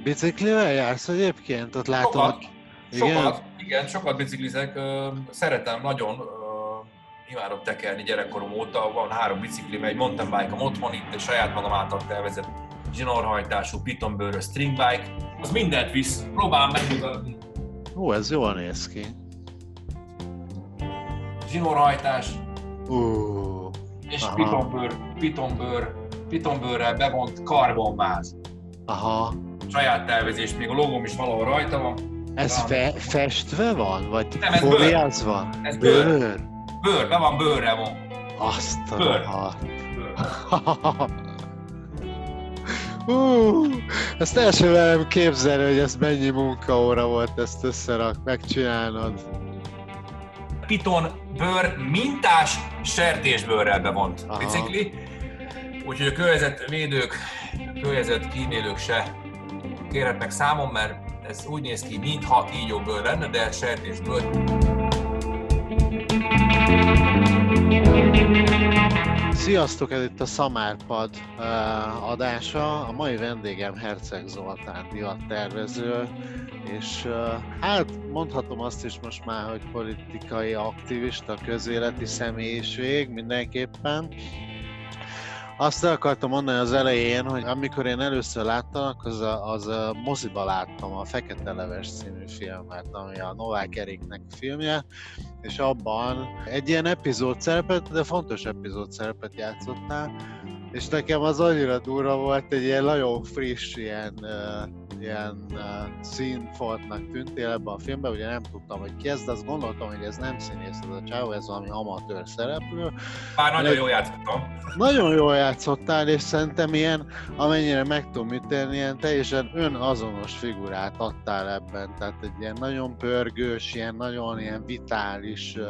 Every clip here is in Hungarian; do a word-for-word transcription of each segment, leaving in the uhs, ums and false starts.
Biciklivel jársz egyébként? Ott látom, Sokat, hogy... Igen? sokat, igen, sokat biciklizek, szeretem nagyon, imádok tekerni gyerekkorom óta, van három biciklim, egy mountain bike-om otthon, itt egy saját magam által tervezett zsinórhajtású, pitonbőrös string bike, az mindent visz, próbálom megmutatni. Ó, ez jól néz ki. Zsinórhajtás, Uh, és aha. pitonbőr, pitonbőr, pitonbőrrel bevont karbonváz. Aha. Saját tervezés, még a logóm is valahol rajta van. Ez fe- festve van? Vagy Nem, ez fóliázva? Ez bőr. Bőr? Bőr, be van bőrre van. Azt a Bőr. rohadt. Uh, ezt el sem velem képzelni, hogy ez mennyi munkaóra volt ezt összerak, megcsinálnod. Piton bőr mintás sertésbőrrel bevont Aha. bicikli, úgyhogy a környezetvédők, környezetkímélők se kérhetnek számon, mert ez úgy néz ki, mintha kígyóbőr lenne, de sertésbőr. Sziasztok, ez itt a Szamárpad uh, adása. A mai vendégem Herceg Zoltán divattervező, és uh, hát mondhatom azt is most már, hogy politikai aktivista, közéleti személyiség mindenképpen. Azt akartam mondani az elején, hogy amikor én először láttam, az a, az a moziba láttam a Fekete Leves című filmet, ami a Novák Eriknek filmje, és abban egy ilyen epizód szerepet, de fontos epizód szerepet játszottál, és nekem az annyira durva volt, egy ilyen nagyon friss, ilyen, uh, ilyen uh, színfoltnak tűntél ebben a filmben, ugye nem tudtam, hogy ki ez, de azt gondoltam, hogy ez nem színész, ez a csávó, ez valami amatőr szereplő. Már nagyon jól játszottam. Nagyon jól játszottál, és szerintem ilyen, amennyire meg tudom ítélni, ilyen teljesen önazonos figurát adtál ebben, tehát egy ilyen nagyon pörgős, ilyen nagyon ilyen vitális uh,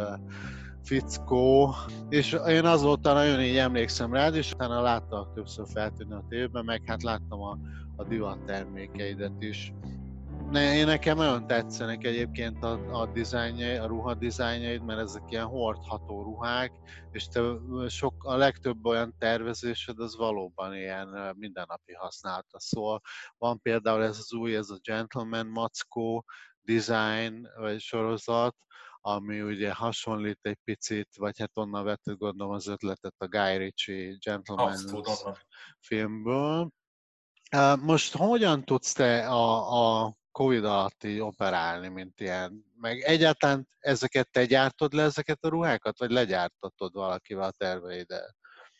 fickó, és én azóta nagyon így emlékszem rád, és utána láttam többször feltűnni a tévében, meg hát láttam a, a divat termékeidet is. Ne, én nekem nagyon tetszenek egyébként a, a dizájnjai, a ruhadizájnjaid, mert ezek ilyen hordható ruhák, és te sok, a legtöbb olyan tervezésed az valóban ilyen mindennapi használata. Szóval van például ez az új, ez a Gentleman Mackó design, vagy sorozat, ami ugye hasonlít egy picit, vagy hát onnan vetted gondolom az ötletet a Guy Ritchie Gentleman filmből. Most hogyan tudsz te a, a Covid alatt így operálni, mint ilyen? Meg egyáltalán ezeket te gyártod le, ezeket a ruhákat, vagy legyártatod valakivel a terveidet?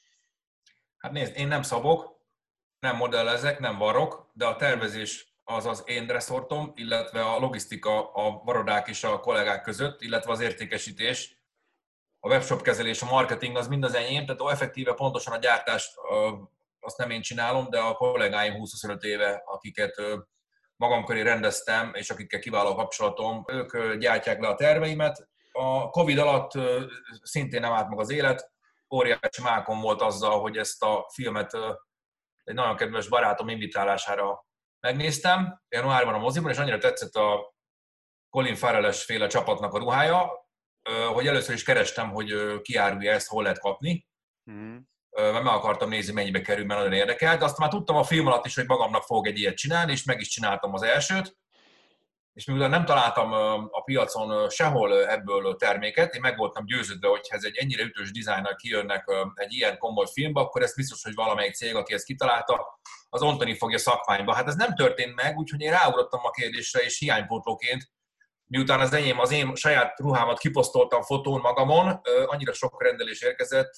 Hát nézd, én nem szabok, nem modellezek, nem varrok, de a tervezés az az én reszortom, illetve a logisztika a varodák és a kollégák között, illetve az értékesítés, a webshop kezelés, a marketing az mind az enyém, tehát effektíve pontosan a gyártást azt nem én csinálom, de a kollégáim húsz-huszonöt éve, akiket magam köré rendeztem, és akikkel kiváló kapcsolatom, ők gyártják le a terveimet. A Covid alatt szintén nem állt meg az élet, óriási mákom volt azzal, hogy ezt a filmet egy nagyon kedves barátom invitálására megnéztem januárban a moziban, és annyira tetszett a Colin Farrell-es féle csapatnak a ruhája, hogy először is kerestem, hogy ki árulja ezt, hol lehet kapni. Mm. Mert meg akartam nézni, mennyibe kerül, mert nagyon érdekelt. Azt már tudtam a film alatt is, hogy magamnak fogok egy ilyet csinálni, és meg is csináltam az elsőt. És miután nem találtam a piacon sehol ebből terméket, én meg voltam győződve, hogy ha ez egy ennyire ütős dizájnnal kijönnek egy ilyen komoly filmbe, akkor ez biztos, hogy valamelyik cég, aki ezt kitalálta, az ontani fogja szakmányba. Hát ez nem történt meg, úgyhogy én ráugrottam a kérdésre, és hiánypótlóként, miután az enyém, az én saját ruhámat kiposztoltam fotón magamon, annyira sok rendelés érkezett,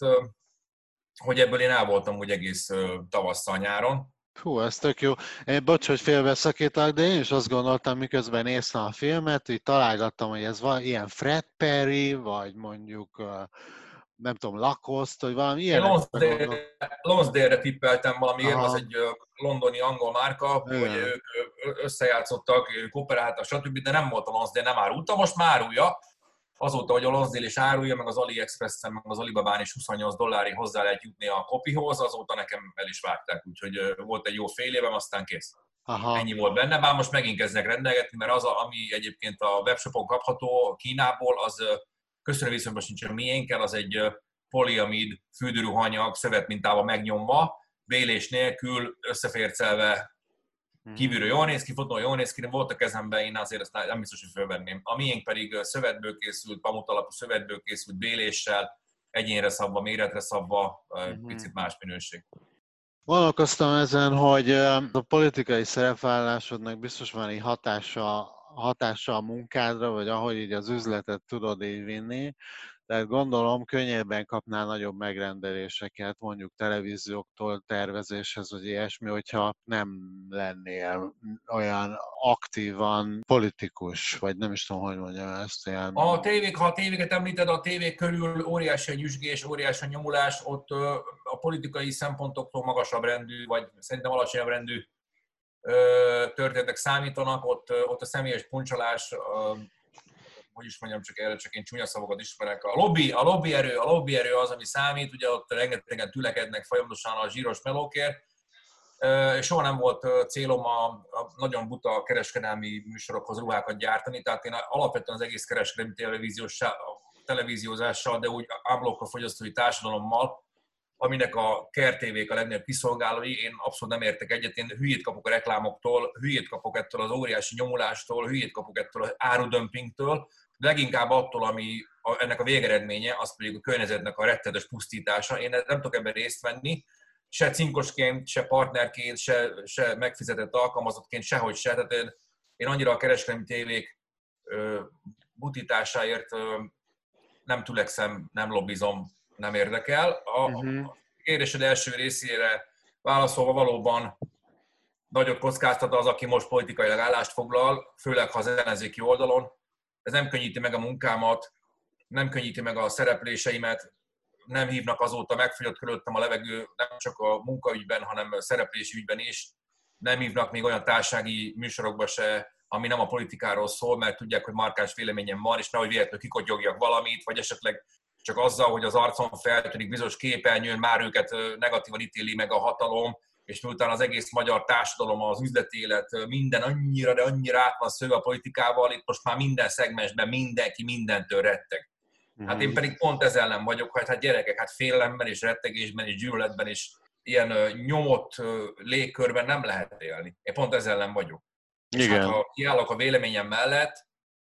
hogy ebből én el voltam úgy egész tavasszal, nyáron. Hú, ez tök jó. Én bocs, hogy félbeszakítlak, de én is azt gondoltam, miközben néztem a filmet, így találgattam, hogy ez van ilyen Fred Perry, vagy mondjuk nem tudom, Lacoste, vagy valami ilyen. Lonsdale-re tippeltem valamiért, az egy londoni angol márka, igen, hogy ők összejátszottak, ők operáltak, stb., de nem volt a Lonsdale, nem árulta, most már árulja. Azóta, hogy a Lonsdale is árulja, meg az AliExpress-en, meg az Alibabán is huszonnyolc dollárig hozzá lehet jutni a kopihoz, azóta nekem el is vágták, úgyhogy volt egy jó fél évem, aztán kész. Aha. Ennyi volt benne, bár most megint kezdnek rendelgetni, mert az, ami egyébként a webshopon kapható Kínából, az köszönő viszonyban sincsen miénkkel, az egy poliamid fürdőruhanyag szövetmintával megnyomva, vélés nélkül, összefércelve, Kívülről jól néz ki, fotón jól néz ki, de volt a kezemben, én azért ezt nem biztos, hogy fölvenném. A miénk pedig szövetből készült, pamut alapú szövetből készült, béléssel, egyénre szabva, méretre szabva, picit más minőség. Gondolkoztam ezen, hogy a politikai szerepvállalásodnak biztos van egy hatása, hatása a munkádra, vagy ahogy így az üzletet tudod így vinni. Tehát gondolom, könnyebben kapnál nagyobb megrendeléseket, mondjuk televízióktól tervezéshez, vagy ilyesmi, hogyha nem lennél olyan aktívan politikus, vagy nem is tudom, hogy mondjam ezt. Ilyen... A tévék, ha a tévéket említed, a tévék körül óriási a nyüzsgés, óriási a nyomulás, ott a politikai szempontoktól magasabb rendű, vagy szerintem alacsonyabb rendű történetek számítanak, ott, ott a személyes puncsolás, hogy is mondjam, csak erre csak én csúnya szavakat ismerek. A lobby, a lobby erő, a lobby erő az, ami számít, ugye ott rengetegen tülekednek folyamatosan a zsíros melókért. Soha nem volt célom a, a nagyon buta kereskedelmi műsorokhoz ruhákat gyártani, tehát én alapvetően az egész kereskedelmi televíziózással, de úgy áblok a fogyasztói társadalommal, aminek a kertévék a legnagyobb kiszolgálói, én abszolút nem értek egyet, én hülyét kapok a reklámoktól, hülyét kapok ettől az óriási nyomulástól, hülyét kapok ettől az árudömpingtől, de leginkább attól, ami a, ennek a végeredménye, az pedig a környezetnek a rettenetes pusztítása. Én nem tudok ebben részt venni, se cinkosként, se partnerként, se, se megfizetett alkalmazottként, sehogy se. Tehát én, én annyira a kereskedelmi tévék ö, butításáért ö, nem tülekszem, nem lobbizom, nem érdekel. A uh-huh. kérdésed első részére válaszolva valóban nagyobb kockáztat az, aki most politikailag állást foglal, főleg ha az ellenzéki oldalon. Ez nem könnyíti meg a munkámat, nem könnyíti meg a szerepléseimet, nem hívnak azóta, megfogyott körülöttem a levegő, nem csak a munkaügyben, hanem a szereplési ügyben is. Nem hívnak még olyan társasági műsorokba se, ami nem a politikáról szól, mert tudják, hogy markáns véleményem van, és nehogy véletlenül kikotyogjak valamit, vagy esetleg csak azzal, hogy az arcon feltűnik bizonyos képernyőn, már őket negatívan ítéli meg a hatalom, és miután az egész magyar társadalom, az üzleti élet, minden annyira, de annyira át van szőve a politikával, itt most már minden szegmensben mindenki mindentől retteg. Hát én pedig pont ez ellen vagyok, hogy hát gyerekek, hát félelemben és rettegésben és gyűlöletben és ilyen nyomott légkörben nem lehet élni. Én pont ez ellen vagyok. Igen. És hát ha kiállok a véleményem mellett,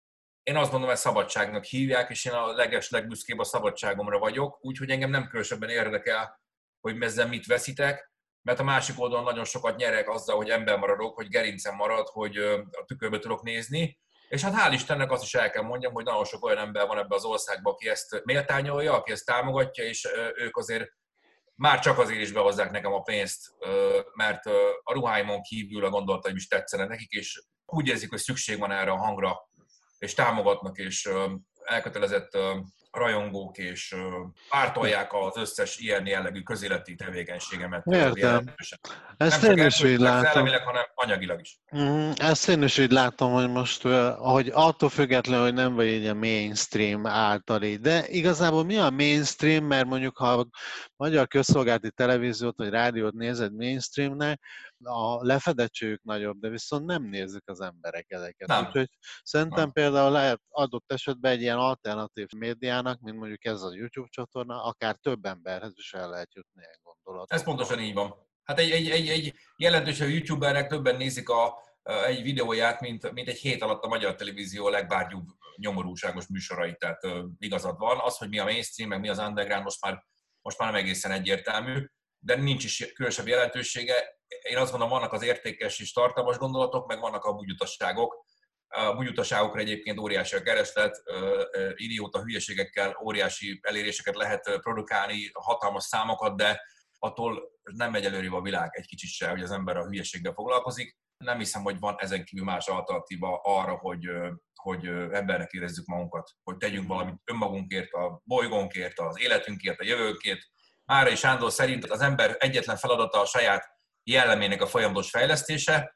én azt mondom, hogy szabadságnak hívják, és én a leges, legbüszkébb a szabadságomra vagyok, úgyhogy engem nem különösebben érdekel, hogy ezzel mit veszitek, mert a másik oldalon nagyon sokat nyerek azzal, hogy ember maradok, hogy gerincem marad, hogy a tükörbe tudok nézni, és hát hál' Istennek azt is el kell mondjam, hogy nagyon sok olyan ember van ebben az országban, aki ezt méltányolja, aki ezt támogatja, és ők azért már csak azért is behozzák nekem a pénzt, mert a ruháimon kívül a gondolataim is tetszenek nekik, és úgy érzik, hogy szükség van erre a hangra, és támogatnak, és elkötelezett rajongók, és pártolják az összes ilyen jellegű közéleti tevékenységemet. Értem. Ezt nem én is így látom. Szellemileg, hanem anyagilag is. Mm, ezt én is így látom, hogy most, hogy attól függetlenül, hogy nem vagy így a mainstream által így, de igazából mi a mainstream, mert mondjuk ha a magyar közszolgálati televíziót vagy rádiót nézed mainstreamnek, a lefedettségük nagyobb, de viszont nem nézik az emberek ezeket. Nem. Úgyhogy szerintem nem. Például lehet adott esetben egy ilyen alternatív médiának, mint mondjuk ez a YouTube csatorna, akár több emberhez is el lehet jutni ilyen gondolatot. Ez pontosan így van. Hát egy, egy, egy, egy jelentős youtubernek többen nézik a, egy videóját, mint, mint egy hét alatt a magyar televízió legbárgyúbb nyomorúságos műsorait. Tehát uh, igazad van. Az, hogy mi a mainstream, meg mi az underground, most már, most már nem egészen egyértelmű, de nincs is különösebb jelentősége. Én azt gondolom, vannak az értékes és tartalmas gondolatok, meg vannak a bugyutasságok. A bugyutasságokra egyébként óriási a kereslet, idióta hülyeségekkel óriási eléréseket lehet produkálni, hatalmas számokat, de attól nem megy előrébb a világ egy kicsit se, hogy az ember a hülyeséggel foglalkozik. Nem hiszem, hogy van ezen kívül más alternatíva arra, hogy, hogy embernek érezzük magunkat, hogy tegyünk valamit önmagunkért, a bolygónkért, az életünkért, a jövőnkért. Márai Sándor szerint az ember egyetlen feladata a saját jellemének a folyamatos fejlesztése.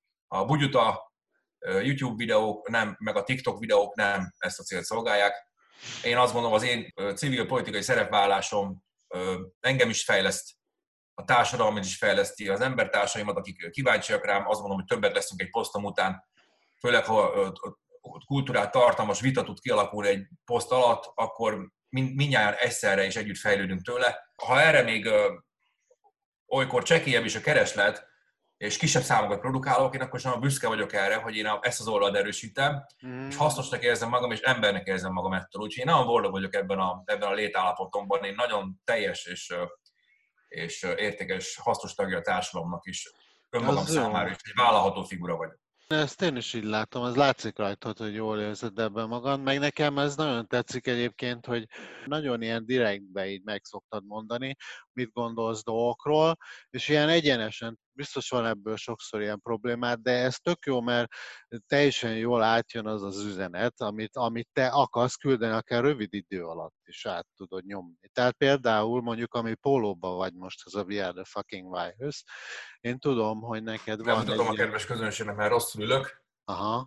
A bugyuta YouTube videók nem, meg a TikTok videók nem ezt a célt szolgálják. Én azt mondom, az én civil politikai szerepvállásom engem is fejleszt, a társadalmat is fejleszti, az embertársaimat, akik kíváncsiak rám, azt mondom, hogy többet leszünk egy posztom után, főleg ha kultúrát tartalmas vita tud kialakulni egy poszt alatt, akkor mindnyáján egyszerre és együtt fejlődünk tőle. Ha erre még olykor csekélyebb is a kereslet, és kisebb számokat produkálok, én akkor sem büszke vagyok erre, hogy én ezt az oldalt erősítem, mm. és hasznosnak érzem magam, és embernek érzem magam ettől. Úgyhogy én nagyon boldog vagyok ebben a, ebben a létállapotomban, én nagyon teljes és, és értékes, hasznos tagja a társadalomnak is, önmagam az számára is, egy vállalható figura vagyok. Ezt én is így látom, ez látszik rajtad, hogy jól érzed ebben magad, meg nekem ez nagyon tetszik egyébként, hogy nagyon ilyen direktbe így meg szoktad mondani, mit gondolsz dolgokról, és ilyen egyenesen, biztos van ebből sokszor ilyen problémát, de ez tök jó, mert teljesen jól átjön az az üzenet, amit, amit te akarsz küldeni, akár rövid idő alatt is át tudod nyomni. Tehát például mondjuk, ami pólóban vagy most, az a We Are The Fucking Virus, én tudom, hogy neked nem van tudom egy a kedves közönségnek, mert rosszul ülök. Aha.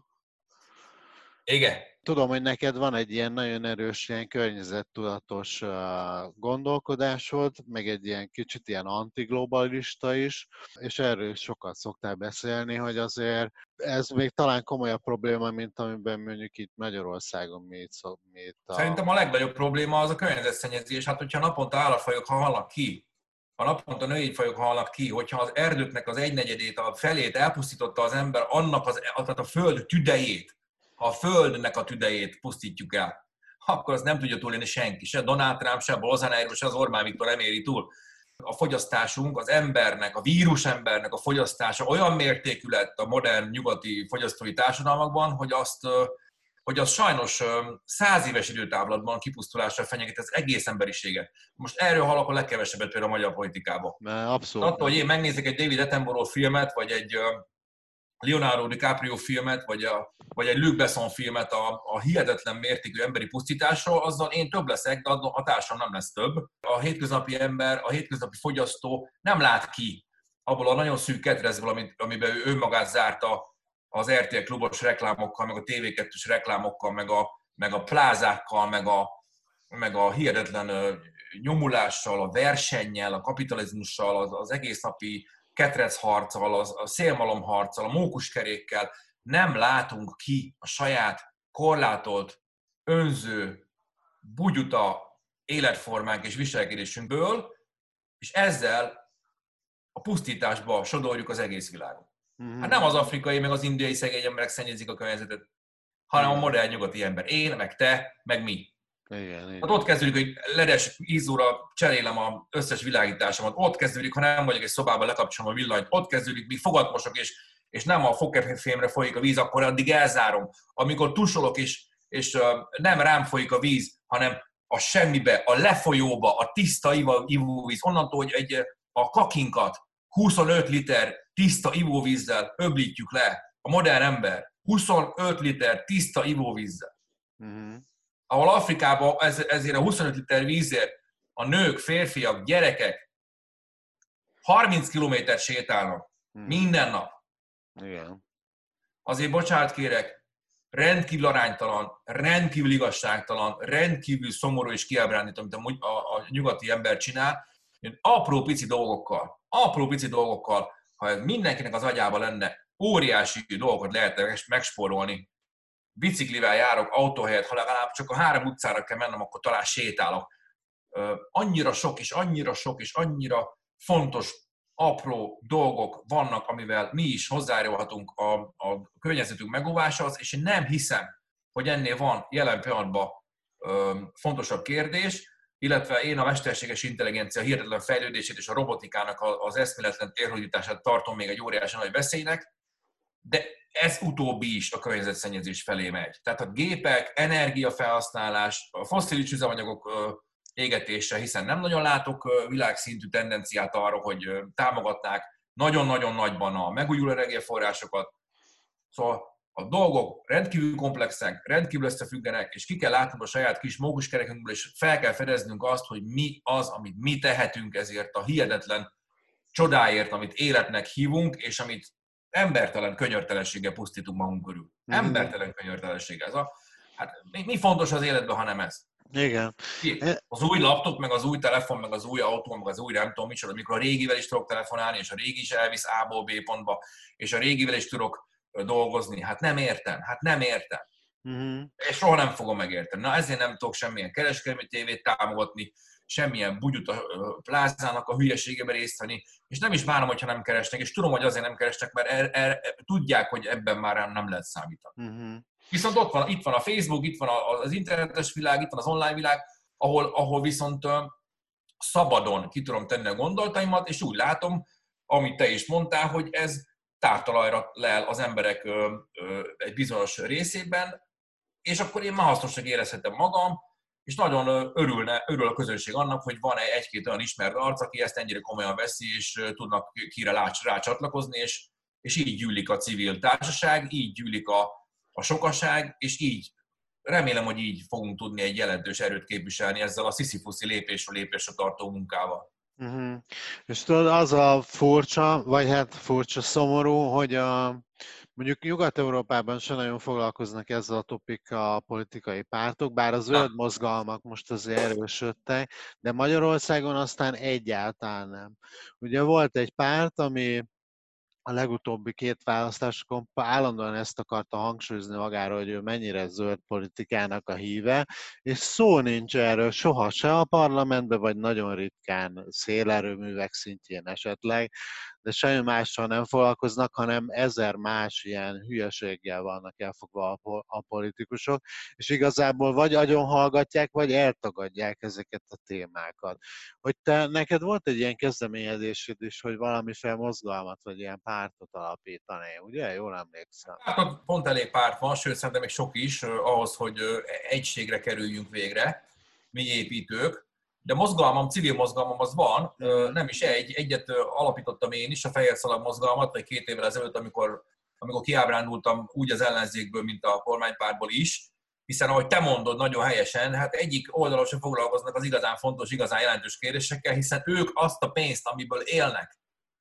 Igen. Tudom, hogy neked van egy ilyen nagyon erős, ilyen környezettudatos uh, gondolkodásod, meg egy ilyen kicsit ilyen antiglobalista is, és erről sokat szoktál beszélni, hogy azért ez még talán komolyabb probléma, mint amiben mondjuk itt Magyarországon mi itt, szok, mi itt a... Szerintem a legnagyobb probléma az a környezetszennyezés. Hát, hogyha naponta állatfajok halnak ki, ha naponta női fajok halnak ki, hogyha az erdőknek az egynegyedét, a felét elpusztította az ember, annak az, tehát a föld tüdejét, ha a földnek a tüdejét pusztítjuk el, akkor azt nem tudja túlélni senki, se Donald Trump, se Bolsonaro, se az Orbán Viktor nem éri túl. A fogyasztásunk, az embernek, a vírusembernek a fogyasztása olyan mértékű lett a modern nyugati fogyasztói társadalmakban, hogy azt, hogy az sajnos száz éves időtávlatban kipusztulással fenyegeti az egész emberiséget. Most erről hallok a legkevesebbet például a magyar politikában. Abszolút. Attól, hogy én megnézek egy David Attenborough filmet, vagy egy Leonardo DiCaprio filmet, vagy, a, vagy egy Luc Besson filmet a, a hihetetlen mértékű emberi pusztításról, azzal én több leszek, de a társam nem lesz több. A hétköznapi ember, a hétköznapi fogyasztó nem lát ki abból a nagyon szűk ketrezből, amit, amiben ő önmagát zárta az er té el klubos reklámokkal, meg a té vé kettős reklámokkal, meg a, meg a plázákkal, meg a, meg a hihetetlen nyomulással, a versennyel, a kapitalizmussal, az, az egész napi ketrecharccal, a szélmalomharccal, a mókuskerékkel nem látunk ki a saját korlátolt, önző, bugyuta életformánk és viselkedésünkből, és ezzel a pusztításba sodorjuk az egész világot. Hát nem az afrikai, meg az indiai szegény emberek szennyezik a környezetet, hanem a modern nyugati ember. Én, meg te, meg mi. Igen, igen. Hát ott kezdődik, hogy ledes ízóra cserélem az összes világításomat, ott kezdődik, ha nem vagyok egy szobában, lekapcsolom a villanyt, ott kezdődik, míg fogat mosok, és, és nem a fogkefémre folyik a víz, akkor addig elzárom. Amikor tusolok, és, és uh, nem rám folyik a víz, hanem a semmibe, a lefolyóba, a tiszta ivóvíz, onnantól, hogy egy, a kakinkat huszonöt liter tiszta ivóvízzel öblítjük le, a modern ember huszonöt liter tiszta ivóvízzel. Uh-huh. Ahol Afrikában ez, ezért a huszonöt liter vízért a nők, férfiak, gyerekek harminc kilométert sétálnak hmm. minden nap. Igen. Azért bocsánat kérek, rendkívül aránytalan, rendkívül igazságtalan, rendkívül szomorú és kiábrándító, amit a, a, a nyugati ember csinál. Apró pici dolgokkal, apró pici dolgokkal, ha ez mindenkinek az agyában lenne, óriási dolgokat lehetne megspórolni. Biciklivel járok, autóhelyet, ha legalább csak a három utcára kell mennem, akkor talán sétálok. Annyira sok és annyira sok és annyira fontos, apró dolgok vannak, amivel mi is hozzájárulhatunk a, a környezetünk megóvásához, és én nem hiszem, hogy ennél van jelen pillanatban ö, fontosabb kérdés, illetve én a mesterséges intelligencia hihetetlen fejlődését és a robotikának az eszméletlen térhódítását tartom még egy óriási nagy veszélynek, de ez utóbbi is a környezetszennyezés felé megy. Tehát a gépek, energiafelhasználás, a fosszilis üzemanyagok égetése, hiszen nem nagyon látok világszintű tendenciát arra, hogy támogatnák nagyon-nagyon nagyban a megújuló energiaforrásokat. Szóval a dolgok rendkívül komplexek, rendkívül összefüggenek, és ki kell látnunk a saját kis mókuskerekünkből, és fel kell fedeznünk azt, hogy mi az, amit mi tehetünk ezért a hihetetlen csodáért, amit életnek hívunk, és amit embertelen könyörtelenséggel pusztítunk magunk körül. Embertelen könyörtelenséggel. Ez a, hát mi fontos az életben, ha nem ez? Igen. Az új laptop, meg az új telefon, meg az új autó, meg az új nem tudom micsoda, amikor a régivel is tudok telefonálni, és a régi is elvisz A-ból B pontba, és a régivel is tudok dolgozni. Hát nem értem, hát nem értem. Uh-huh. És soha nem fogom megérteni. Na ezért nem tudok semmilyen kereskedelmi tévét támogatni, semmilyen bugyut a plázának a hülyeségében részt venni, és nem is bánom, hogyha nem keresnek, és tudom, hogy azért nem keresnek, mert er, er, tudják, hogy ebben már nem lehet számítani. Uh-huh. Viszont ott van, itt van a Facebook, itt van az internetes világ, itt van az online világ, ahol, ahol viszont szabadon ki tudom tenni a gondolataimat, és úgy látom, amit te is mondtál, hogy ez tártalajra lel az emberek ö, ö, egy bizonyos részében, és akkor én már hasznosnak érezhetem magam, és nagyon örülne, örül a közönség annak, hogy van egy-két olyan ismert arc, aki ezt ennyire komolyan veszi, és tudnak kire rácsatlakozni, és, és így gyűlik a civil társaság, így gyűlik a, a sokaság, és így remélem, hogy így fogunk tudni egy jelentős erőt képviselni ezzel a sziszifuszi lépésről lépésre tartó munkával. Uh-huh. És tudod, az a furcsa, vagy hát furcsa, szomorú, hogy a, mondjuk Nyugat-Európában sem nagyon foglalkoznak ezzel a topikkal a politikai pártok, bár a zöld mozgalmak most azért erősödtek, de Magyarországon aztán egyáltalán nem. Ugye volt egy párt, ami a legutóbbi két választásokon állandóan ezt akarta hangsúlyozni magáról, hogy ő mennyire zöld politikának a híve, és szó nincs erről soha se a parlamentben, vagy nagyon ritkán szélerőművek szintjén esetleg, de semmi mással nem foglalkoznak, hanem ezer más ilyen hülyeséggel vannak elfogva a politikusok, és igazából vagy agyon hallgatják, vagy eltagadják ezeket a témákat. Hogy te, neked volt egy ilyen kezdeményezésed is, hogy valamiféle mozgalmat, vagy ilyen pártot alapítani, ugye? Jól emlékszem. Hát pont elég párt van, sőt szerintem még sok is, ahhoz, hogy egységre kerüljünk végre, mi építők. De mozgalmam, civil mozgalmam az van, nem is egy, egyet alapítottam én is, a Fehér Szalag mozgalmat, vagy két évvel ezelőtt, amikor, amikor kiábrándultam úgy az ellenzékből, mint a kormánypártból is, hiszen ahogy te mondod nagyon helyesen, hát egyik oldalon sem foglalkoznak az igazán fontos, igazán jelentős kérdésekkel, hiszen ők azt a pénzt, amiből élnek,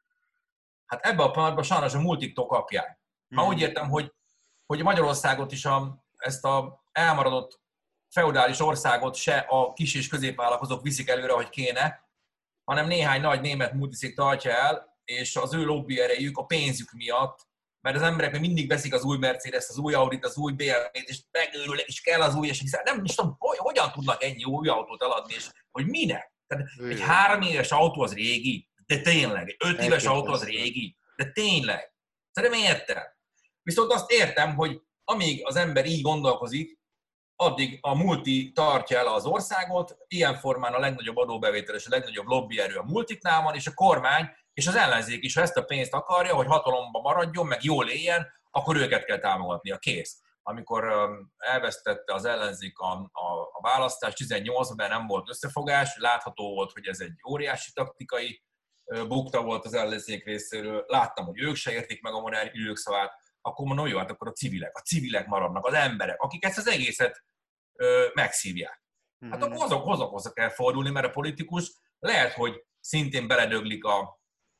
hát ebben a pillanatban sajnos a multiktól kapják. Ha úgy értem, hogy, hogy Magyarországot is a, ezt a elmaradott feudális országot se a kis és középvállalkozók viszik előre, hogy kéne, hanem néhány nagy német multicég tartja el, és az ő lobby erejük a pénzük miatt, mert az emberek még mindig veszik az új Mercedes, az új Audit, az új bé em vét, és megőrülnek, és kell az új, és hiszen nem is tudom, hogy, hogyan tudnak ennyi új autót eladni, és hogy minek? Tehát egy három éves autó az régi, de tényleg, egy öt éves autó az régi, de tényleg. Szerintem értem. Viszont azt értem, hogy amíg az ember így gondolkozik, addig a multi tartja el az országot, ilyen formán a legnagyobb adóbevétel és a legnagyobb lobbyerő a multiknál van, és a kormány és az ellenzék is, ha ezt a pénzt akarja, hogy hatalomban maradjon, meg jól éljen, akkor őket kell támogatnia. Kész. Amikor elvesztette az ellenzék a, a, a választást, tizennyolcban nem volt összefogás, látható volt, hogy ez egy óriási taktikai bukta volt az ellenzék részéről, láttam, hogy ők se értik meg a modern idők szavát, akkor mondom, jó, hát akkor a civilek, a civilek maradnak, az emberek, akik ezt az egészet ö, megszívják. Hát akkor azok, azok hozzá kell fordulni, mert a politikus lehet, hogy szintén beledöglik a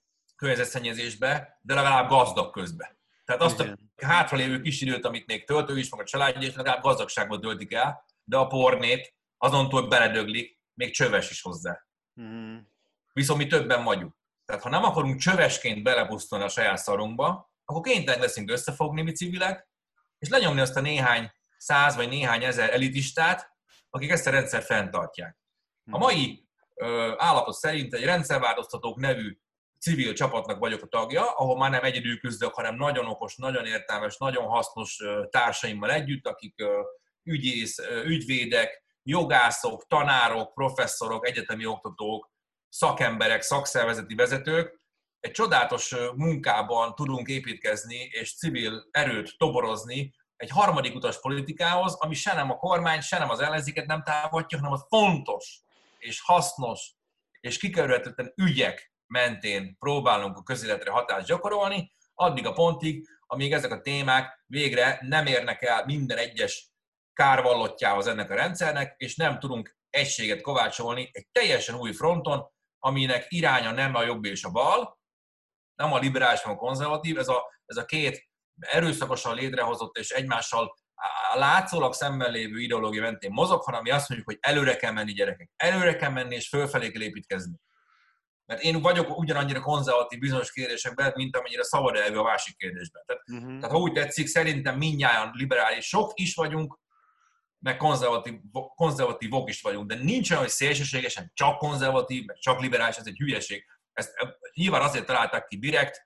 környezetszennyezésbe, de legalább gazdag közben. Tehát azt a hátralévő kis időt, amit még töltő is, meg a családja, és legalább gazdagságot töltik el, de a pornét azon túl beledöglik, még csöves is hozzá. Mm. Viszont mi többen vagyunk. Tehát ha nem akarunk csövesként belepusztulni a saját szarunkba, akkor kénytelenek leszünk összefogni mi civilek, és lenyomni azt a néhány száz vagy néhány ezer elitistát, akik ezt a rendszer fenntartják. A mai ö, állapot szerint egy rendszerváltoztatók nevű civil csapatnak vagyok a tagja, ahol már nem egyedül küzdök, hanem nagyon okos, nagyon értelmes, nagyon hasznos ö, társaimmal együtt, akik ö, ügyész, ö, ügyvédek, jogászok, tanárok, professzorok, egyetemi oktatók, szakemberek, szakszervezeti vezetők, egy csodálatos munkában tudunk építkezni és civil erőt toborozni egy harmadik utas politikához, ami se nem a kormány, se nem az ellenzéket nem támogatja, hanem a fontos és hasznos és kikerülhetetlen ügyek mentén próbálunk a közéletre hatást gyakorolni, addig a pontig, amíg ezek a témák végre nem érnek el minden egyes kárvallottjához ennek a rendszernek, és nem tudunk egységet kovácsolni egy teljesen új fronton, aminek iránya nem a jobb és a bal, nem a liberális, hanem a konzervatív, ez a, ez a két erőszakosan létrehozott és egymással látszólag szemben lévő ideológia mentén mozog, hanem mi azt mondjuk, hogy előre kell menni, gyerekek. Előre kell menni és fölfelé kell építkezni. Mert én vagyok ugyanannyira konzervatív bizonyos kérdésekben, mint amennyire szabad elvű a másik kérdésben. Tehát, uh-huh. tehát ha úgy tetszik, szerintem mindnyájan liberálisok is vagyunk, meg konzervatív, konzervatívok is vagyunk, de nincs olyan, hogy szélsőségesen csak konzervatív, meg csak liberális, ez egy hülyeség. Ezt nyilván azért találták ki direkt,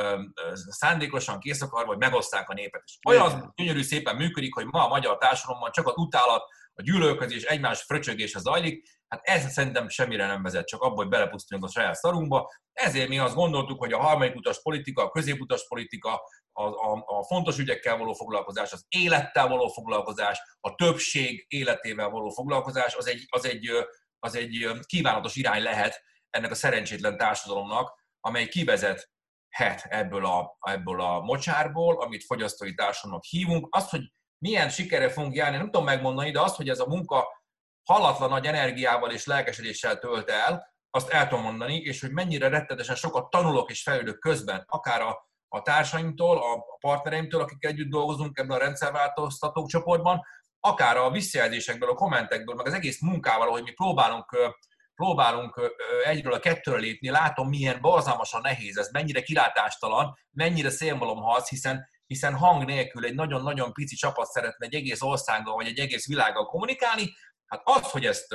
szándékosan kész akarva, hogy megoszták a népet. És olyan gyönyörű szépen működik, hogy ma a magyar társadalomban csak az utálat, a gyűlölködés, egymás fröcsögése zajlik, hát ez szerintem semmire nem vezet, csak abba, hogy belepusztulunk a saját szarunkba. Ezért mi azt gondoltuk, hogy a harmadik utas politika, a középutas politika, a, a, a fontos ügyekkel való foglalkozás, az élettel való foglalkozás, a többség életével való foglalkozás, az egy, az egy, az egy kívánatos irány lehet ennek a szerencsétlen társadalomnak, amely kivezet het ebből a, ebből a mocsárból, amit fogyasztói társadalomnak hívunk. Azt, hogy milyen sikerre fogunk járni, nem tudom megmondani, de azt, hogy ez a munka halatlan nagy energiával és lelkesedéssel tölt el, azt el tudom mondani, és hogy mennyire rettenetesen sokat tanulok és fejlődök közben, akár a, a társaimtól, a partnereimtől, akik együtt dolgozunk ebben a rendszerváltoztató csoportban, akár a visszajelzésekből, a kommentekből, meg az egész munkával, hogy mi próbálunk próbálunk egyről a kettőre lépni, látom, milyen borzalmasan nehéz ez, mennyire kilátástalan, mennyire szélmalomharc, hiszen, hiszen hang nélkül egy nagyon-nagyon pici csapat szeretne egy egész országgal, vagy egy egész világgal kommunikálni. Hát az, hogy ezt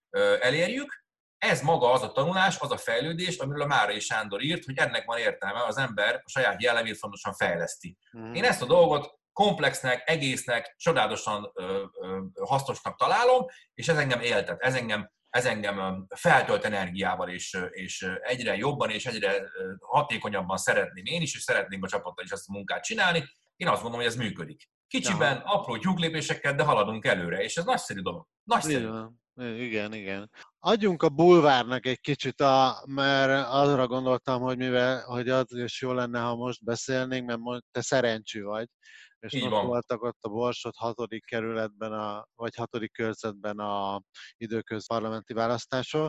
elérjük, ez maga az a tanulás, az a fejlődés, amiről a Márai Sándor írt, hogy ennek van értelme, az ember a saját jellemét fontosan fejleszti. Mm. Én ezt a dolgot komplexnek, egésznek, csodálatosan hasznosnak találom, és ez engem éltet, ez engem Ez engem feltölt energiával, és, és egyre jobban és egyre hatékonyabban szeretném én is, és szeretnénk a csapattal is ezt a munkát csinálni. Én azt gondolom, hogy ez működik. Kicsiben, Aha. apró tyúklépésekkel, de haladunk előre, és ez nagyszerű dolog. Nagyszerű. Igen, igen, igen. Adjunk a bulvárnak egy kicsit, a, mert arra gondoltam, hogy mivel hogy az is jó lenne, ha most beszélnénk, mert most te szerencsű vagy, és Így most van. voltak ott a Borsod hatodik kerületben, a, vagy hatodik körzetben a időköz parlamenti választáson,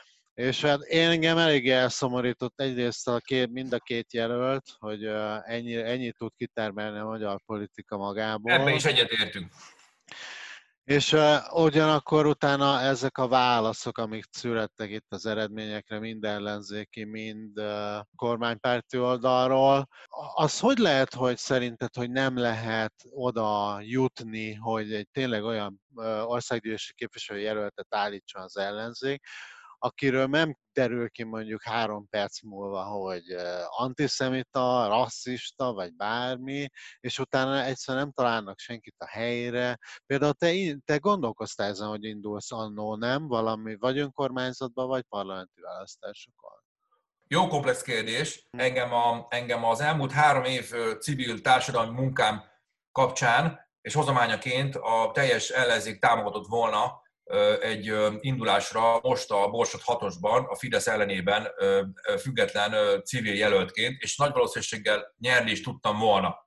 és hát én engem eléggé elszomorított egyrészt a két, mind a két jelölt, hogy ennyi, ennyit tud kitermelni a magyar politika magából. Ebben is egyetértünk. És uh, ugyanakkor utána ezek a válaszok, amik születtek itt az eredményekre, mind ellenzéki, mind uh, kormánypárti oldalról, az hogy lehet, hogy szerinted, hogy nem lehet oda jutni, hogy egy tényleg olyan uh, országgyűlési képviselőjelöltet állítson az ellenzék, akiről nem derül ki mondjuk három perc múlva, hogy antiszemita, rasszista, vagy bármi, és utána egyszerűen nem találnak senkit a helyére. Például te, te gondolkoztál ezen, hogy indulsz annó, nem? Valami vagy önkormányzatban, vagy parlamenti választásokon? Jó komplex kérdés. Engem, a, engem az elmúlt három év civil társadalmi munkám kapcsán, és hozományaként a teljes ellenzék támogatott volna egy indulásra most a Borsod hatosban, a Fidesz ellenében független civil jelöltként, és nagy valószínűséggel nyerni is tudtam volna.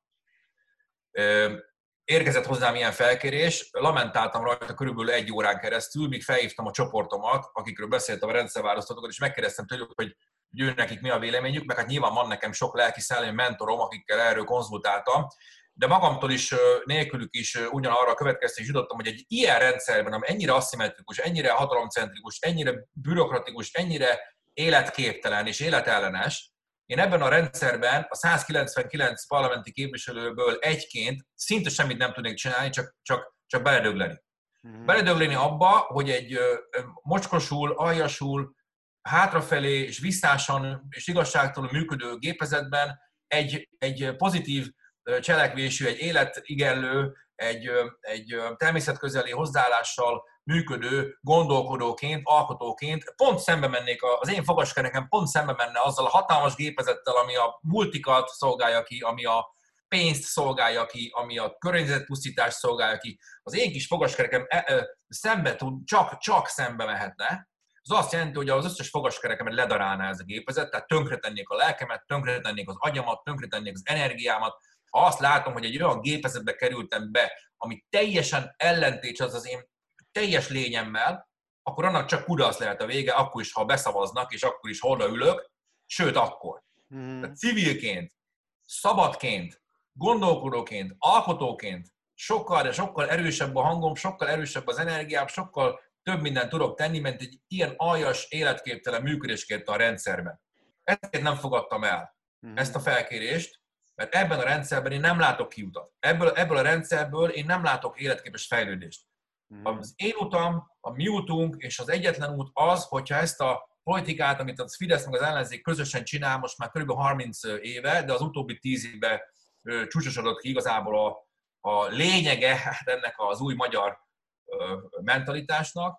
Érkezett hozzám ilyen felkérés, lamentáltam rajta körülbelül egy órán keresztül, míg felhívtam a csoportomat, akikről beszéltem a rendszerválasztókat, és megkérdeztem tőlük, hogy ő nekik mi a véleményük, meg hát nyilván van nekem sok lelki szellemi mentorom, akikkel erről konzultáltam, de magamtól is, nélkülük is ugyanarra a következtetésre jutottam, hogy egy ilyen rendszerben, ami ennyire aszimmetrikus, ennyire hatalomcentrikus, ennyire bürokratikus, ennyire életképtelen és életellenes, én ebben a rendszerben a százkilencvenkilenc parlamenti képviselőből egyként szinte semmit nem tudnék csinálni, csak, csak, csak beledögleni. Mm. Beledögleni abba, hogy egy mocskosul, aljasul, hátrafelé és visszásan és igazságtalanul működő gépezetben egy, egy pozitív cselekvésű, egy életigenlő, egy, egy természetközeli hozzáállással működő gondolkodóként, alkotóként pont szembe mennék, az én fogaskerekem pont szembe menne azzal a hatalmas gépezettel, ami a multikat szolgálja ki, ami a pénzt szolgálja ki, ami a környezetpusztítást szolgálja ki. Az én kis fogaskerekem szembe tud, csak, csak szembe mehetne. Ez azt jelenti, hogy az összes fogaskerekemet ledarálná ez a gépezet, tehát tönkretennék a lelkemet, tönkretennék az agyamat, tönkretennék az energiámat. Ha azt látom, hogy egy olyan gépezetbe kerültem be, ami teljesen ellentétes az az én teljes lényemmel, akkor annak csak kudarc lehet a vége, akkor is, ha beszavaznak, és akkor is horra ülök, sőt akkor. Mm. Tehát civilként, szabadként, gondolkodóként, alkotóként sokkal, de sokkal erősebb a hangom, sokkal erősebb az energiám, sokkal több mindent tudok tenni, mint egy ilyen aljas, életképtelen működés kérte a rendszerben. Ezért nem fogadtam el mm. ezt a felkérést, mert ebben a rendszerben én nem látok kiutat. Ebből, ebből a rendszerből én nem látok életképes fejlődést. Az én utam, a mi útunk és az egyetlen út az, hogyha ezt a politikát, amit a Fidesz meg az ellenzék közösen csinál most már kb. harminc éve, de az utóbbi tíz évben csúcsosodott ki igazából a, a lényege hát ennek az új magyar mentalitásnak.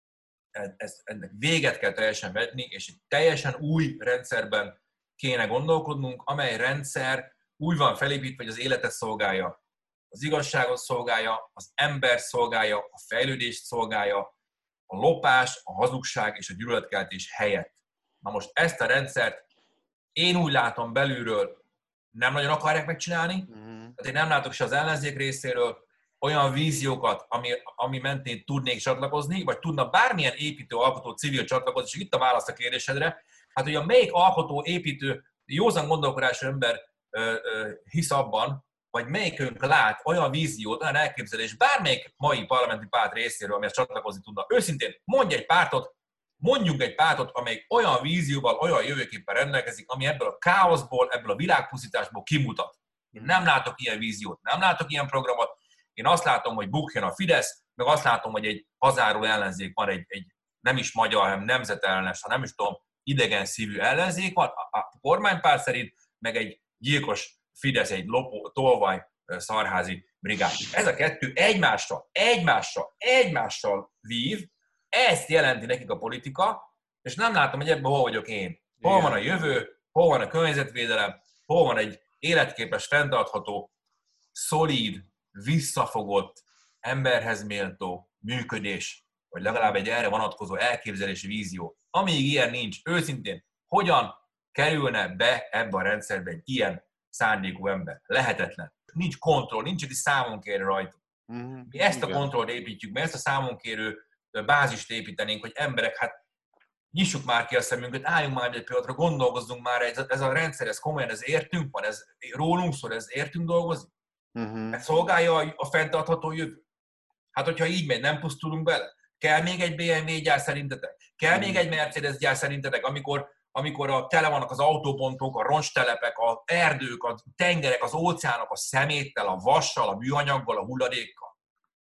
Ez, ennek véget kell teljesen vetni, és egy teljesen új rendszerben kéne gondolkodnunk, amely rendszer úgy van felépítve, hogy az életet szolgálja, az igazságot szolgálja, az ember szolgálja, a fejlődést szolgálja, a lopás, a hazugság és a gyűlöletkeltés helyett. Na most ezt a rendszert én úgy látom belülről, nem nagyon akarják megcsinálni, tehát én nem látok se az ellenzék részéről olyan víziókat, ami, ami mentén tudnék csatlakozni, vagy tudna bármilyen építő, alkotó, civil csatlakozni, és itt a válasz a kérdésedre, hát ugye melyik alkotó, építő, józan gondolkodású ember ö, ö, hisz abban, vagy melyikünk lát olyan víziót, olyan elképzelés, bármelyik mai parlamenti párt részéről, amihez csatlakozni tudna. Őszintén, mondj egy pártot, mondjunk egy pártot, amelyik olyan vízióval, olyan jövőképpen rendelkezik, ami ebből a káoszból, ebből a világpusztításból kimutat. Én nem látok ilyen víziót, nem látok ilyen programot. Én azt látom, hogy bukjon a Fidesz, meg azt látom, hogy egy hazáról ellenzék van, egy, egy nem is magyar, hanem nemzetellenes, ha nem is tudom, idegen szívű ellenzék van, a, a kormánypárt szerint, meg egy gyilkos Fidesz, egy lopó, tolvaj, szarházi brigád. Ez a kettő egymással, egymással, egymással vív, ezt jelenti nekik a politika, és nem látom, hogy ebben hol vagyok én. Hol van a jövő, hol van a környezetvédelem, hol van egy életképes, fenntartható, szolíd, visszafogott, emberhez méltó működés, vagy legalább egy erre vonatkozó elképzelési vízió. Amíg ilyen nincs, őszintén, hogyan kerülne be ebbe a rendszerbe egy ilyen szándékú ember? Lehetetlen. Nincs kontroll, nincs egy számonkérő rajta. Mi ezt a kontrollt építjük, mi ezt a számonkérő bázist építenénk, hogy emberek, hát nyissuk már ki a szemünket, álljunk már egy pillanatra, gondolkozzunk már, ez, ez a rendszer, ez komolyan, ez értünk van, ez rólunk szól, ez értünk dolgozik? Uh-huh. Ez szolgálja a, a fenntartható jövő? Hát, hogyha így megy, nem pusztulunk bele? Kell még egy bé em vé gyár szerintetek? Kell uh-huh. még egy Mercedes gyár szerintetek, amikor, amikor a, tele vannak az autópontok, a roncstelepek, a erdők, a tengerek, az óceánok, a szeméttel, a vassal, a műanyaggal, a hulladékkal?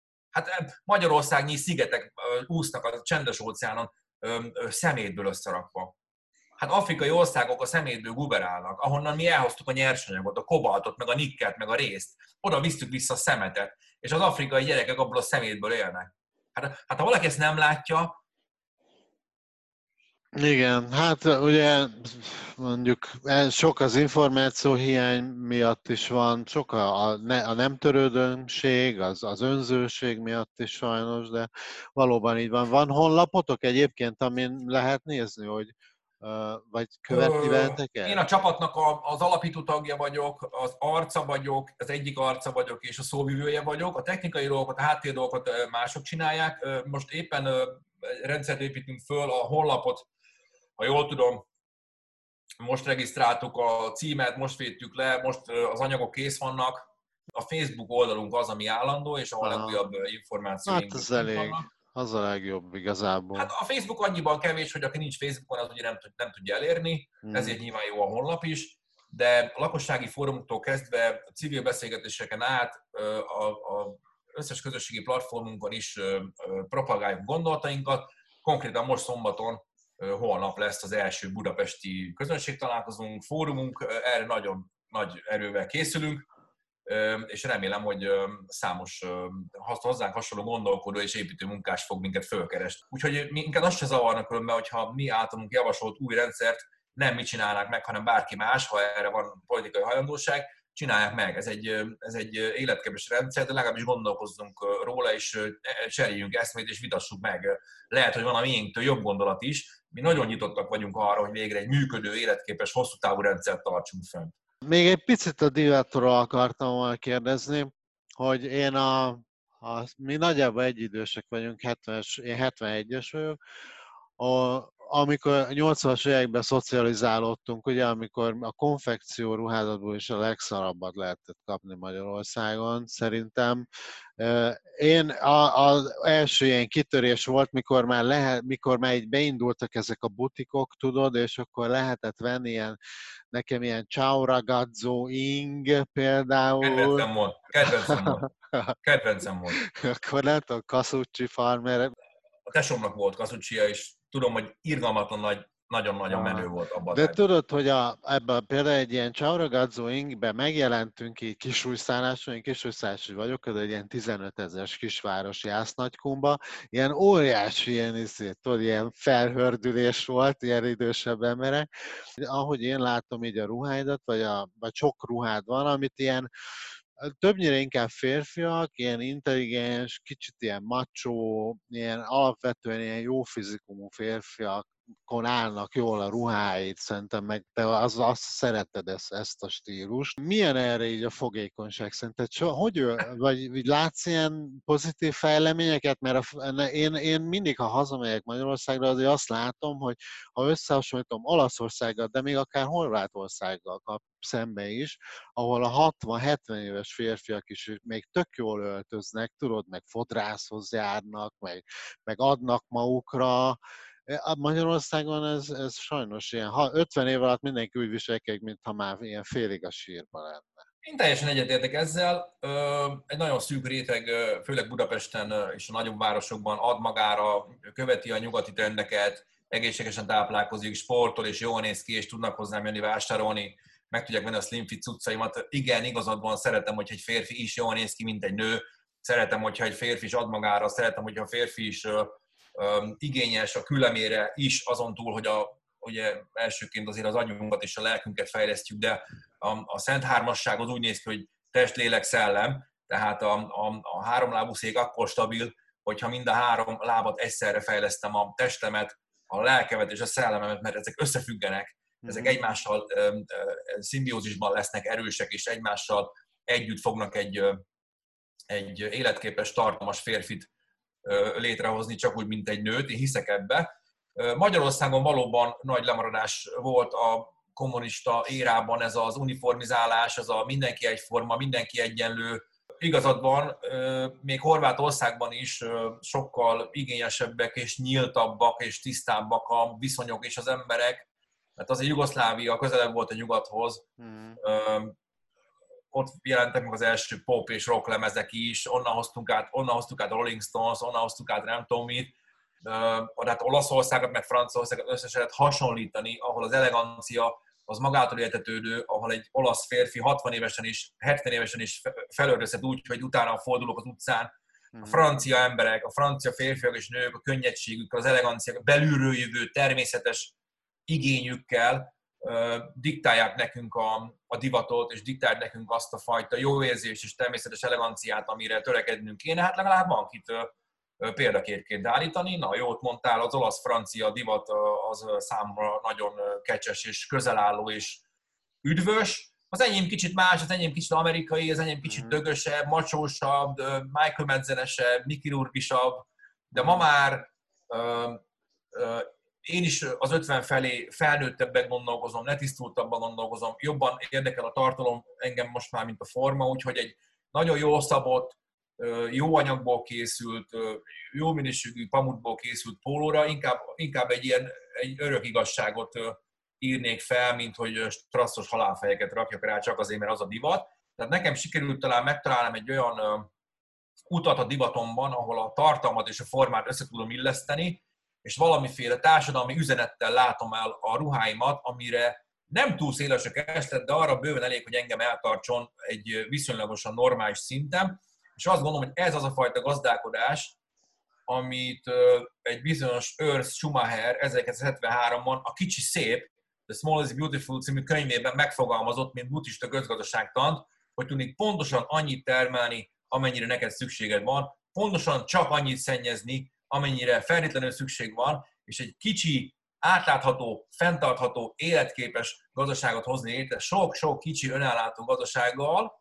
Hát Magyarországnyi szigetek úsznak a csendes óceánon szemétből összerakva. Hát afrikai országok a szemétből guberálnak, ahonnan mi elhoztuk a nyersanyagot, a kobaltot, meg a nikkelt, meg a részt. Oda visszük vissza a szemetet, és az afrikai gyerekek abból a szemétből élnek. Hát, hát ha valaki ezt nem látja... Igen, hát ugye mondjuk sok az információ hiány miatt is van, sok a, a, ne, a nem törődönség, az, az önzőség miatt is sajnos, de valóban így van. Van honlapotok egyébként, amin lehet nézni, hogy vagy követni veheteket? Én a csapatnak az alapító tagja vagyok, az arca vagyok, az egyik arca vagyok és a szóvivője vagyok. A technikai dolgokat, a háttér dolgokat mások csinálják. Most éppen rendszert építünk föl, a honlapot, ha jól tudom, most regisztráltuk a címet, most védtük le, most az anyagok kész vannak. A Facebook oldalunk az, ami állandó, és ahol legújabb információink hát elég. vannak. Az a legjobb igazából. Hát a Facebook annyiban kevés, hogy aki nincs Facebookon, az ugye nem, nem tudja elérni, hmm. ezért nyilván jó a honlap is, de a lakossági fórumtól kezdve a civil beszélgetéseken át az összes közösségi platformunkon is propagáljuk gondolatainkat. Konkrétan most szombaton, holnap lesz az első budapesti közönségtalálkozónk, fórumunk, erre nagyon nagy erővel készülünk, és remélem, hogy számos hozzánk hasonló gondolkodó és építő munkás fog minket fölkeresni. Úgyhogy minket azt se zavarnak különben, hogyha mi általunk javasolt új rendszert nem mi csinálnánk meg, hanem bárki más, ha erre van politikai hajlandóság, csinálják meg. Ez egy, ez egy életképes rendszer, de legalábbis gondolkozzunk róla, és cseréljünk eszmét, és vitassuk meg. Lehet, hogy van a miénktől jobb gondolat is. Mi nagyon nyitottak vagyunk arra, hogy végre egy működő, életképes, hosszú távú rendszert tartsunk fent. Még egy picit a divatról akartam volna kérdezni, hogy én a, a mi nagyjából egyidősek vagyunk, hetvenes, én hetvenegyes vagyok, a, amikor a nyolcvanas években szocializálódtunk, ugye, amikor a konfekció ruházatból is a legszarabbat lehetett kapni Magyarországon, szerintem. Én az első ilyen kitörés volt, mikor már, lehet, mikor már így beindultak ezek a butikok, tudod, és akkor lehetett venni ilyen, nekem ilyen Ciao Ragazzo ing például. Kedvencem volt, kedvencem volt, kedvencem volt. Akkor nem tudom, Casucci Farmer. A tesómnak volt Casuccia, és tudom, hogy irgalmatlan nagy, nagyon-nagyon menő volt abban a De tájban. tudod, hogy a, ebben például egy ilyen Ciao Ragazzo ingben megjelentünk így kisújszálláson, én kisújszállás vagyok, az egy ilyen tizenöt ezeres kisváros Jász-Nagykunba, ilyen óriási, ilyen, izé, tudod, ilyen felhördülés volt, ilyen idősebb emberek. Ahogy én látom így a ruháidat, vagy, a, vagy sok ruhád van, amit ilyen többnyire inkább férfiak, ilyen intelligens, kicsit ilyen macho, ilyen alapvetően ilyen jó fizikumú férfiak állnak jól a ruháid, szerintem meg te az, azt szereted ezt, ezt a stílust. Milyen erre így a fogékonyság szerinted? Hogy, vagy, vagy látsz ilyen pozitív fejleményeket? Mert a, én, én mindig, ha hazamegyek Magyarországra, azért azt látom, hogy ha összehasonlítom Olaszországgal, de még akár Horvátországgal kap szembe is, ahol a hatvan-hetven éves férfiak is még tök jól öltöznek, tudod, meg fodrászhoz járnak, meg, meg adnak magukra. Magyarországon ez, ez sajnos ilyen, ha ötven év alatt mindenki úgy viselkedik, mintha már ilyen félig a sírba lenne. Én teljesen egyetértek ezzel. Egy nagyon szűk réteg, főleg Budapesten és a nagyobb városokban ad magára, követi a nyugati trendeket, egészségesen táplálkozik, sportol és jól néz ki, és tudnak hozzám jönni vásárolni, meg tudják venni a slim fit cuccaimat. Igen, igazad van, szeretem, hogyha egy férfi is jól néz ki, mint egy nő. Szeretem, hogyha egy férfi is ad magára, szeretem, hogyha a férfi is um, igényes a küllemére is, azon túl, hogy a, ugye elsőként azért az agyunkat és a lelkünket fejlesztjük, de a, a Szent Hármasság az úgy néz ki, hogy test, lélek, szellem, tehát a, a, a háromlábú szék akkor stabil, hogyha mind a három lábat egyszerre fejlesztem, a testemet, a lelkemet és a szellememet, mert ezek összefüggenek, ezek egymással ö, ö, szimbiózisban lesznek erősek, és egymással együtt fognak egy, ö, egy életképes, tartalmas férfit ö, létrehozni, csak úgy, mint egy nőt. Én hiszek ebbe. Magyarországon valóban nagy lemaradás volt a kommunista érában, ez az uniformizálás, ez a mindenki egyforma, mindenki egyenlő. Igazad van, még Horvátországban is sokkal igényesebbek és nyíltabbak és tisztábbak a viszonyok és az emberek, mert azért Jugoszlávia közelebb volt a nyugathoz, mm. Ott jelentek meg az első pop és rock lemezek is, onnan hoztunk át, onnan hoztuk át a Rolling Stones, onnan hoztuk át nem tudom mit, tehát Olaszországot meg Franciaországot összesen lehet hasonlítani, ahol az elegancia az magától értetődő, ahol egy olasz férfi hatvan évesen is, hetven évesen is felöltözhet úgy, hogy utána fordulok az utcán. A francia emberek, a francia férfiak és nők a könnyedségükkel, az elegancia, belülről jövő természetes igényükkel uh, diktálják nekünk a, a divatot, és diktálják nekünk azt a fajta jó érzést és természetes eleganciát, amire törekednünk kéne. Hát legalább van kit uh, példaképként állítani. Na, jót mondtál, az olasz-francia divat uh, az uh, számomra nagyon uh, kecses és közelálló és üdvös. Az enyém kicsit más, az enyém kicsit amerikai, az enyém kicsit dögösebb, macsósabb, Michael Madsenesebb, Mickey Rourke-isabb, de ma már uh, uh, én is az ötven felé felnőttebben gondolkozom, letisztultabban gondolkozom, jobban érdekel a tartalom engem most már, mint a forma, úgyhogy egy nagyon jó szabott, jó anyagból készült, jó minőségű pamutból készült pólóra inkább, inkább egy ilyen egy örök igazságot írnék fel, mint hogy strasszos halálfejeket rakjak rá csak azért, mert az a divat. Tehát nekem sikerült talán megtalálnom egy olyan utat a divatomban, ahol a tartalmat és a formát össze tudom illeszteni, és valamiféle társadalmi üzenettel látom el a ruháimat, amire nem túl széles a kereslet, de arra bőven elég, hogy engem eltartson egy viszonylagosan normális szinten. És azt gondolom, hogy ez az a fajta gazdálkodás, amit egy bizonyos Earth Schumacher ezerkilencszázhetvenháromban a Kicsi szép, The Small is Beautiful című könyvében megfogalmazott, mint buddhista közgazdaságtant, hogy tudnék pontosan annyit termelni, amennyire neked szükséged van, pontosan csak annyit szennyezni, amennyire feltétlenül szükség van, és egy kicsi, átlátható, fenntartható, életképes gazdaságot hozni létre sok-sok kicsi önállátó gazdasággal,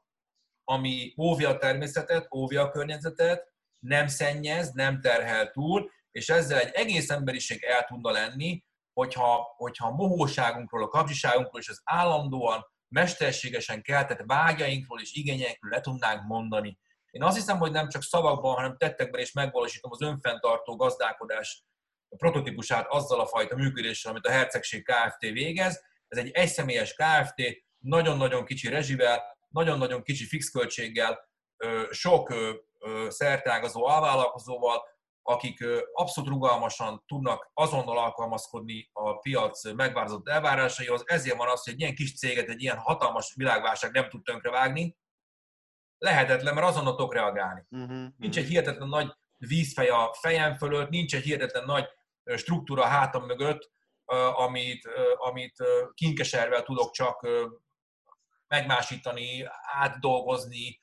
ami óvja a természetet, óvja a környezetet, nem szennyez, nem terhel túl, és ezzel egy egész emberiség el tudna lenni, hogyha, hogyha a mohóságunkról, a kapcsiságunkról és az állandóan mesterségesen keltett vágyainkról és igényeinkről le tudnánk mondani. Én azt hiszem, hogy nem csak szavakban, hanem tettekben is megvalósítom az önfenntartó gazdálkodás prototípusát azzal a fajta működéssel, amit a Hercegség Kft. Végez. Ez egy egyszemélyes Kft., nagyon-nagyon kicsi rezsivel, nagyon-nagyon kicsi fix költséggel, sok szerteágazó alvállalkozóval, akik abszolút rugalmasan tudnak azonnal alkalmazkodni a piac megváltozott elvárásaihoz. Ezért van az, hogy egy ilyen kis céget, egy ilyen hatalmas világválság nem tud tönkrevágni. Lehetetlen, mert azonnal tudok reagálni. Uh-huh. Nincs egy hihetetlen nagy vízfej a fejem fölött, nincs egy hihetetlen nagy struktúra a hátam mögött, amit, amit kinkeservel tudok csak megmásítani, átdolgozni,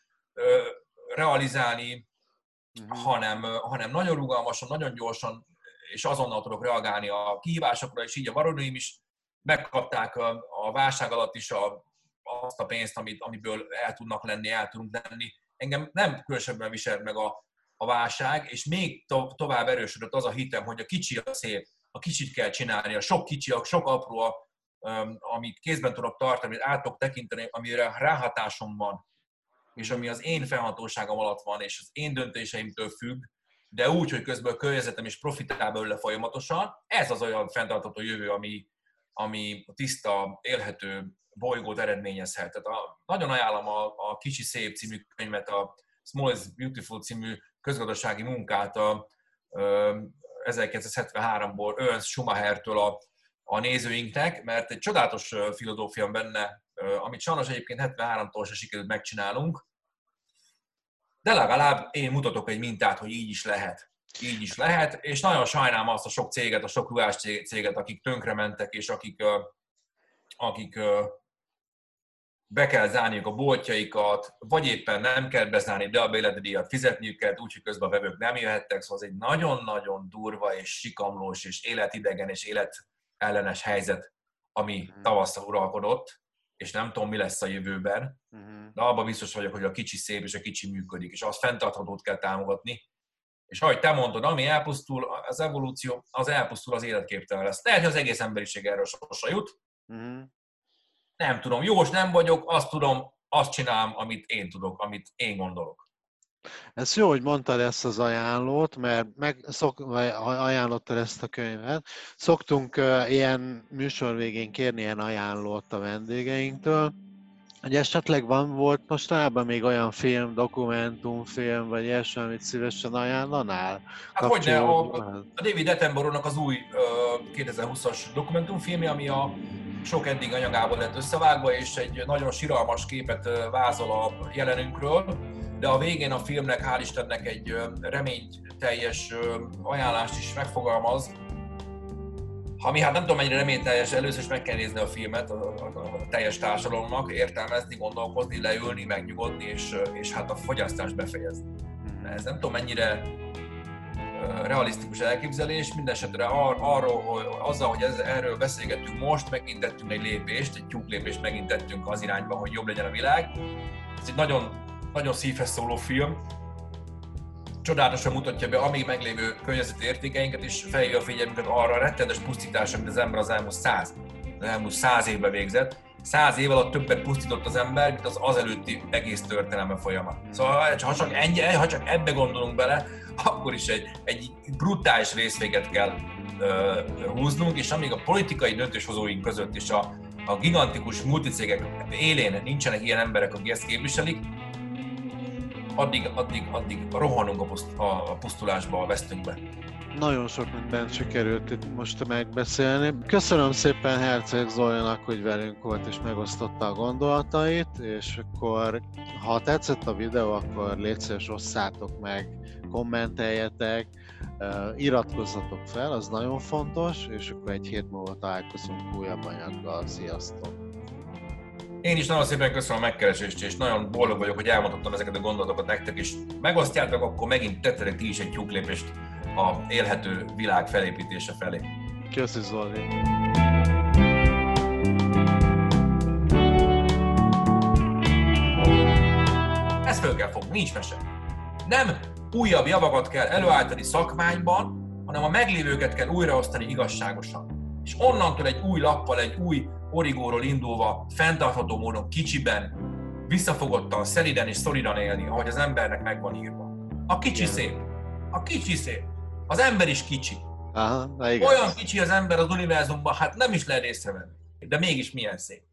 realizálni, uh-huh. hanem, hanem nagyon rugalmasan, nagyon gyorsan és azonnal tudok reagálni a kihívásokra, és így a varodóim is megkapták a, a válság alatt is a, azt a pénzt, amit, amiből el tudnak lenni, el tudunk lenni. Engem nem különösebben viselt meg a, a válság, és még to, tovább erősödött az a hitem, hogy a kicsi a szép, a kicsit kell csinálni, a sok kicsi, a sok apró, a, amit kézben tudok tartani, amit át tudok tekinteni, amire ráhatásom van, és ami az én felhatóságom alatt van, és az én döntéseimtől függ, de úgy, hogy közben a környezetem is profitál belőle folyamatosan, ez az olyan fenntartható jövő, ami, ami tiszta, élhető bolygót eredményezhet. Tehát a, nagyon ajánlom a, a Kicsi Szép című könyvet, a Small is Beautiful című közgazdasági munkát a, a ezerkilencszázhetvenháromból Ernst Schumachertől a, a nézőinknek, mert egy csodálatos filozófia benne, amit sajnos egyébként hetvenháromtól se sikerült megcsinálnunk, de legalább én mutatok egy mintát, hogy így is lehet. Így is lehet, és nagyon sajnálom azt a sok céget, a sok ruhás céget, akik tönkrementek, és akik, akik be kell zárniuk a boltjaikat, vagy éppen nem kell bezárni, de a bérletdíjat fizetniük kell, úgyhogy közben a vevők nem jöhettek, szóval ez egy nagyon-nagyon durva és sikamlós és életidegen és életellenes helyzet, ami tavasszal uralkodott, és nem tudom, mi lesz a jövőben, de abban biztos vagyok, hogy a kicsi szép és a kicsi működik, és azt fenntarthatót kell támogatni. És ahogy te mondod, ami elpusztul, az evolúció, az elpusztul, az életképtelen lesz. Lehet, hogy az egész emberiség erről sorsa jut. Uh-huh. Nem tudom, jós nem vagyok, azt tudom, azt csinálom, amit én tudok, amit én gondolok. Ez jó, hogy mondtad ezt az ajánlót, mert meg szok, ajánlottad ezt a könyvet. Szoktunk uh, ilyen műsor végén kérni ilyen ajánlót a vendégeinktől, hogy esetleg van, volt mostanában még olyan film, dokumentumfilm, vagy ilyesmi, amit szívesen ajánlanál? Hát hogyne, a, a David Attenborough-nak az új uh, kétezer-húszas dokumentumfilmje, ami a sok eddig anyagából lett összevágva, és egy nagyon siralmas képet uh, vázol a jelenünkről, de a végén a filmnek, hál' Istennek egy uh, reményteljes uh, ajánlást is megfogalmaz, ami hát nem tudom mennyire reményteljes, először is meg kell nézni a filmet a, a, a teljes társadalomnak, értelmezni, gondolkozni, leülni, megnyugodni, és, és hát a fogyasztást befejezni. Ez nem tudom mennyire realisztikus elképzelés, mindesetre ar, arról, hogy azzal, hogy ez, erről beszélgettünk most, megint tettünk egy lépést, egy tyúklépést megint tettünk az irányba, hogy jobb legyen a világ. Ez egy nagyon, nagyon szívhez szóló film. Csodálatosan mutatja be a még meglévő környezeti értékeinket, és felhívja a figyelmünket arra a rettenetes pusztításra, amit az ember az elmúlt száz, az elmúlt száz évben végzett. Száz év alatt többet pusztított az ember, mint az azelőtti egész történelme folyamat. Szóval ha csak, ennyi, ha csak ebbe gondolunk bele, akkor is egy, egy brutális részvéget kell uh, húznunk, és amíg a politikai döntéshozóink között és a, a gigantikus multicégek élén nincsenek ilyen emberek, akik ezt képviselik, addig, addig, addig rohanunk a, puszt, a pusztulásba, a vesztünkbe. Nagyon sok mindent sikerült itt most megbeszélni. Köszönöm szépen Herceg Zolinak, hogy velünk volt és megosztotta a gondolatait, és akkor ha tetszett a videó, akkor légy szíves, osszátok meg, kommenteljetek, iratkozzatok fel, az nagyon fontos, és akkor egy hét múlva találkozunk újabb anyaggal. Sziasztok! Én is nagyon szépen köszönöm a megkeresést, és nagyon boldog vagyok, hogy elmondhattam ezeket a gondolatokat nektek, és megosztjátok, akkor megint tettetek ti is egy tyúklépést a élhető világ felépítése felé. Köszi, Zoli! Ezt föl kell fogni, nincs mese. Nem újabb javakat kell előállítani szakmányban, hanem a meglévőket kell újraosztani igazságosan. és onnantól egy új lappal, egy új origóról indulva, fenntartható módon, kicsiben, visszafogottan, szeliden és szolidan élni, ahogy az embernek meg van írva. A kicsi Igen. szép. A kicsi szép. Az ember is kicsi. Aha, na igen. Olyan kicsi az ember az univerzumban, hát nem is lehet észrevenni. De mégis milyen szép.